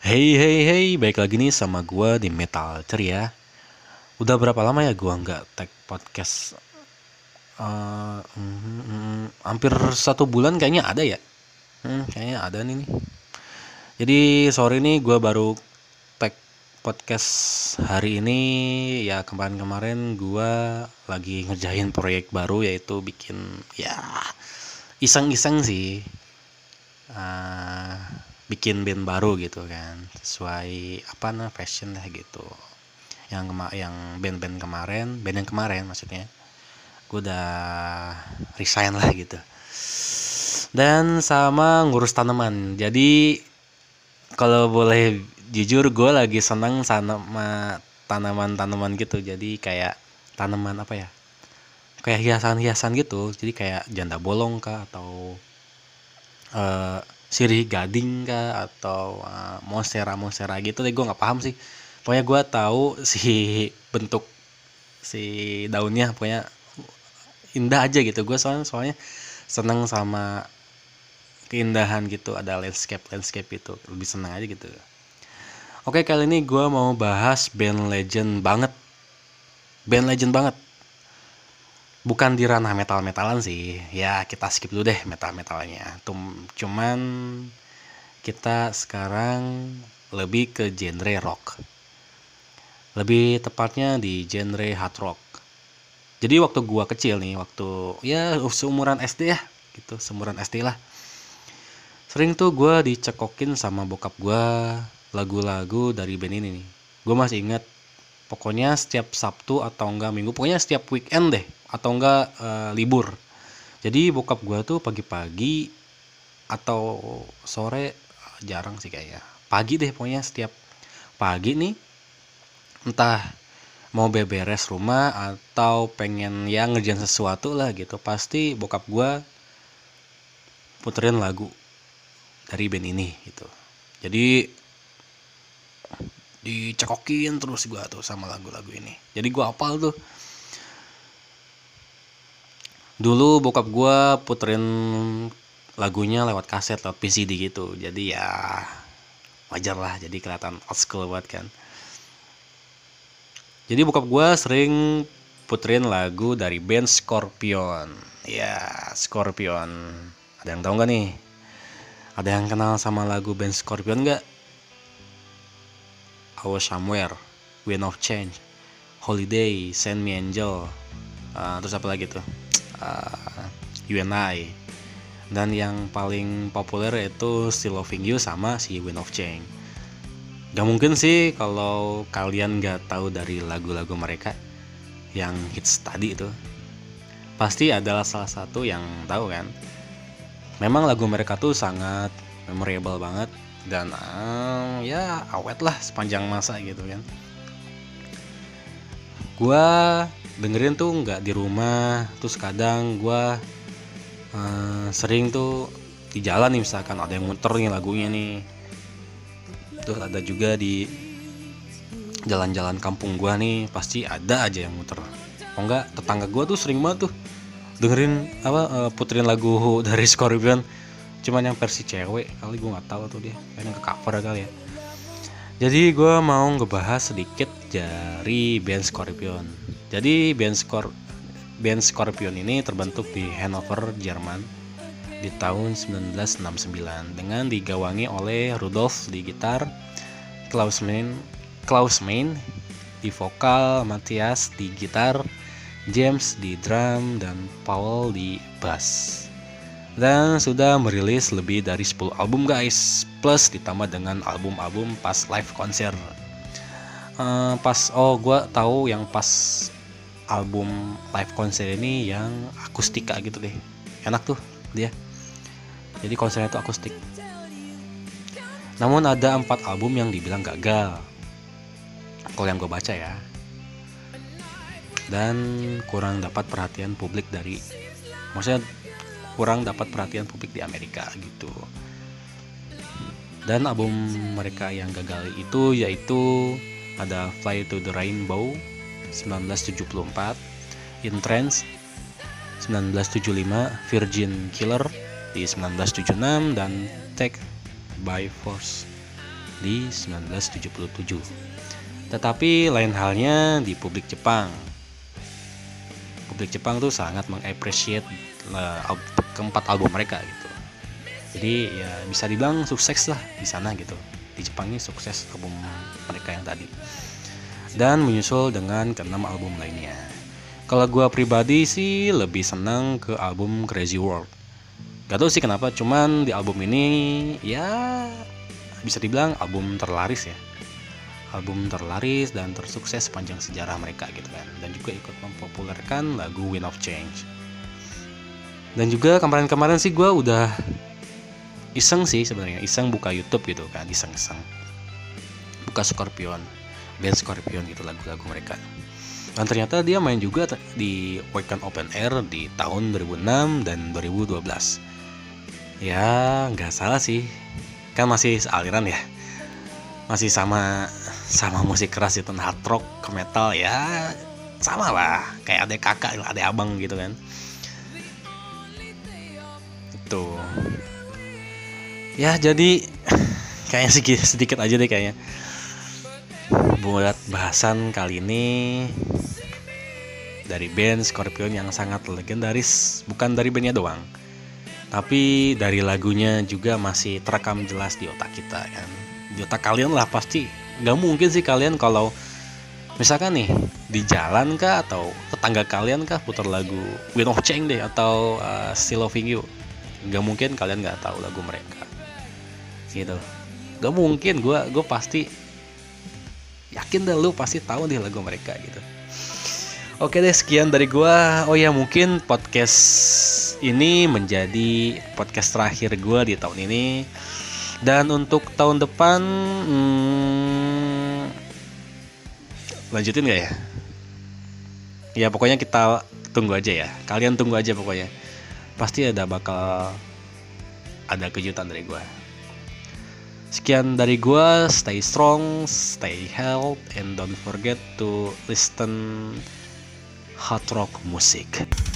Hey, baik lagi nih sama gua di Metal Ceria. Udah berapa lama ya gua nggak tag podcast? Hampir 1 bulan kayaknya ada ya. Kayaknya ada nih. Jadi sore ini gua baru tag podcast hari ini. Ya kemarin-kemarin gua lagi ngerjain proyek baru, yaitu bikin ya iseng-iseng sih. Bikin band baru gitu kan, sesuai fashion lah gitu. Yang band yang kemarin maksudnya gue udah resign lah gitu, dan sama ngurus tanaman. Jadi kalau boleh jujur, gue lagi senang sama tanaman gitu. Jadi kayak tanaman apa ya, kayak hiasan-hiasan gitu. Jadi kayak janda bolong kah, atau sirih gading kah, atau monstera gitu deh. Gue nggak paham sih, pokoknya gue tahu si bentuk si daunnya pokoknya indah aja gitu. Gue soalnya seneng sama keindahan gitu, ada landscape itu, lebih senang aja gitu. Oke, kali ini gue mau bahas band legend banget. Bukan di ranah metal-metalan sih, ya kita skip dulu deh metal-metalnya. Cuman kita sekarang lebih ke genre rock, lebih tepatnya di genre hard rock. Jadi waktu gua kecil nih, waktu ya seumuran SD ya gitu, seumuran SD lah, sering tuh gua dicekokin sama bokap gua lagu-lagu dari band ini nih. Gua masih ingat, pokoknya setiap Sabtu atau enggak Minggu, pokoknya setiap weekend deh, atau enggak libur. Jadi bokap gua tuh pagi-pagi atau sore, jarang sih kayaknya, pagi deh pokoknya, setiap pagi nih, entah mau beberes rumah atau pengen ya ngerjain sesuatu lah gitu, pasti bokap gua puterin lagu dari band ini gitu. Jadi dicekokin terus gua tuh sama lagu-lagu ini. Jadi gua hafal tuh. Dulu bokap gua puterin lagunya lewat kaset, lewat VCD gitu. Jadi ya wajar lah, jadi kelihatan old school banget kan. Jadi bokap gue sering puterin lagu dari band Scorpion. Ya, Scorpion. Ada yang tahu nggak nih? Ada yang kenal sama lagu band Scorpion nggak? I Was Somewhere, Wind of Change, Holiday, Send Me Angel. Terus apa lagi tuh? You and I. Dan yang paling populer itu Still Loving You sama si Wind of Change. Gak mungkin sih kalau kalian gak tahu dari lagu-lagu mereka yang hits tadi itu. Pasti adalah salah satu yang tahu kan. Memang lagu mereka tuh sangat memorable banget, dan ya awet lah sepanjang masa gitu kan. Gua dengerin tuh nggak di rumah, terus kadang gua sering tuh di jalan nih, misalkan ada yang muter nih lagunya nih. Terus ada juga di jalan-jalan kampung gua nih, pasti ada aja yang muter. Oh enggak, tetangga gua tuh sering banget tuh dengerin puterin lagu dari Scorpion, cuman yang versi cewek kali, gua nggak tahu tuh, dia kayaknya ke cover kali ya. Jadi gua mau ngebahas sedikit dari band Scorpion. Jadi band Scorpion ini terbentuk di Hanover, Jerman di tahun 1969 dengan digawangi oleh Rudolf di gitar, Klaus Meine di vokal, Matthias di gitar, James di drum, dan Paul di bass. Dan sudah merilis lebih dari 10 album guys, plus ditambah dengan album-album pas live konser. Gue tahu yang pas album live konser ini yang akustika gitu deh, enak tuh dia. Jadi konsernya itu akustik. Namun ada 4 album yang dibilang gagal, kalau yang gue baca ya, dan kurang dapat perhatian publik kurang dapat perhatian publik di Amerika gitu. Dan album mereka yang gagal itu yaitu ada Fly to the Rainbow 1974, In Trance 1975, Virgin Killer di 1976, dan Take by Force di 1977. Tetapi lain halnya di publik Jepang. Publik Jepang tuh sangat mengapresiasi keempat album mereka gitu. Jadi ya bisa dibilang sukses lah di sana gitu. Di Jepang ini sukses album mereka yang tadi. Dan menyusul dengan ke-6 album lainnya. Kalau gue pribadi sih lebih senang ke album Crazy World. Gak tau sih kenapa, cuman di album ini ya bisa dibilang album terlaris ya. Album terlaris dan tersukses sepanjang sejarah mereka gitu kan. Dan juga ikut mempopulerkan lagu Wind of Change. Dan juga kemarin-kemarin sih gue udah iseng sih sebenarnya, iseng buka YouTube gitu kan, iseng-iseng buka Scorpion, band Scorpion gitu, lagu-lagu mereka. Dan ternyata dia main juga di Weekend Open Air di tahun 2006 dan 2012. Ya nggak salah sih, kan masih sealiran ya, masih sama musik keras itu, hard rock ke metal ya sama lah, kayak adek kakak, adek abang gitu kan. Itu ya jadi kayaknya sedikit aja deh kayaknya buat bahasan kali ini dari band Scorpion yang sangat legendaris. Bukan dari bandnya doang, tapi dari lagunya juga masih terekam jelas di otak kita kan. Di otak kalian lah pasti. Gak mungkin sih kalian kalau misalkan nih di jalan kah atau tetangga kalian kah putar lagu Wind of Change deh atau Still Loving You, gak mungkin kalian gak tahu lagu mereka gitu. Gak mungkin, gue pasti yakin deh lu pasti tahu deh lagu mereka gitu. Oke deh, sekian dari gue. Oh ya, mungkin podcast ini menjadi podcast terakhir gue di tahun ini. Dan untuk tahun depan lanjutin gak ya? Ya pokoknya kita tunggu aja ya. Kalian tunggu aja pokoknya. Pasti bakal ada kejutan dari gue. Sekian dari gue, stay strong, stay healthy, and don't forget to listen hard rock music.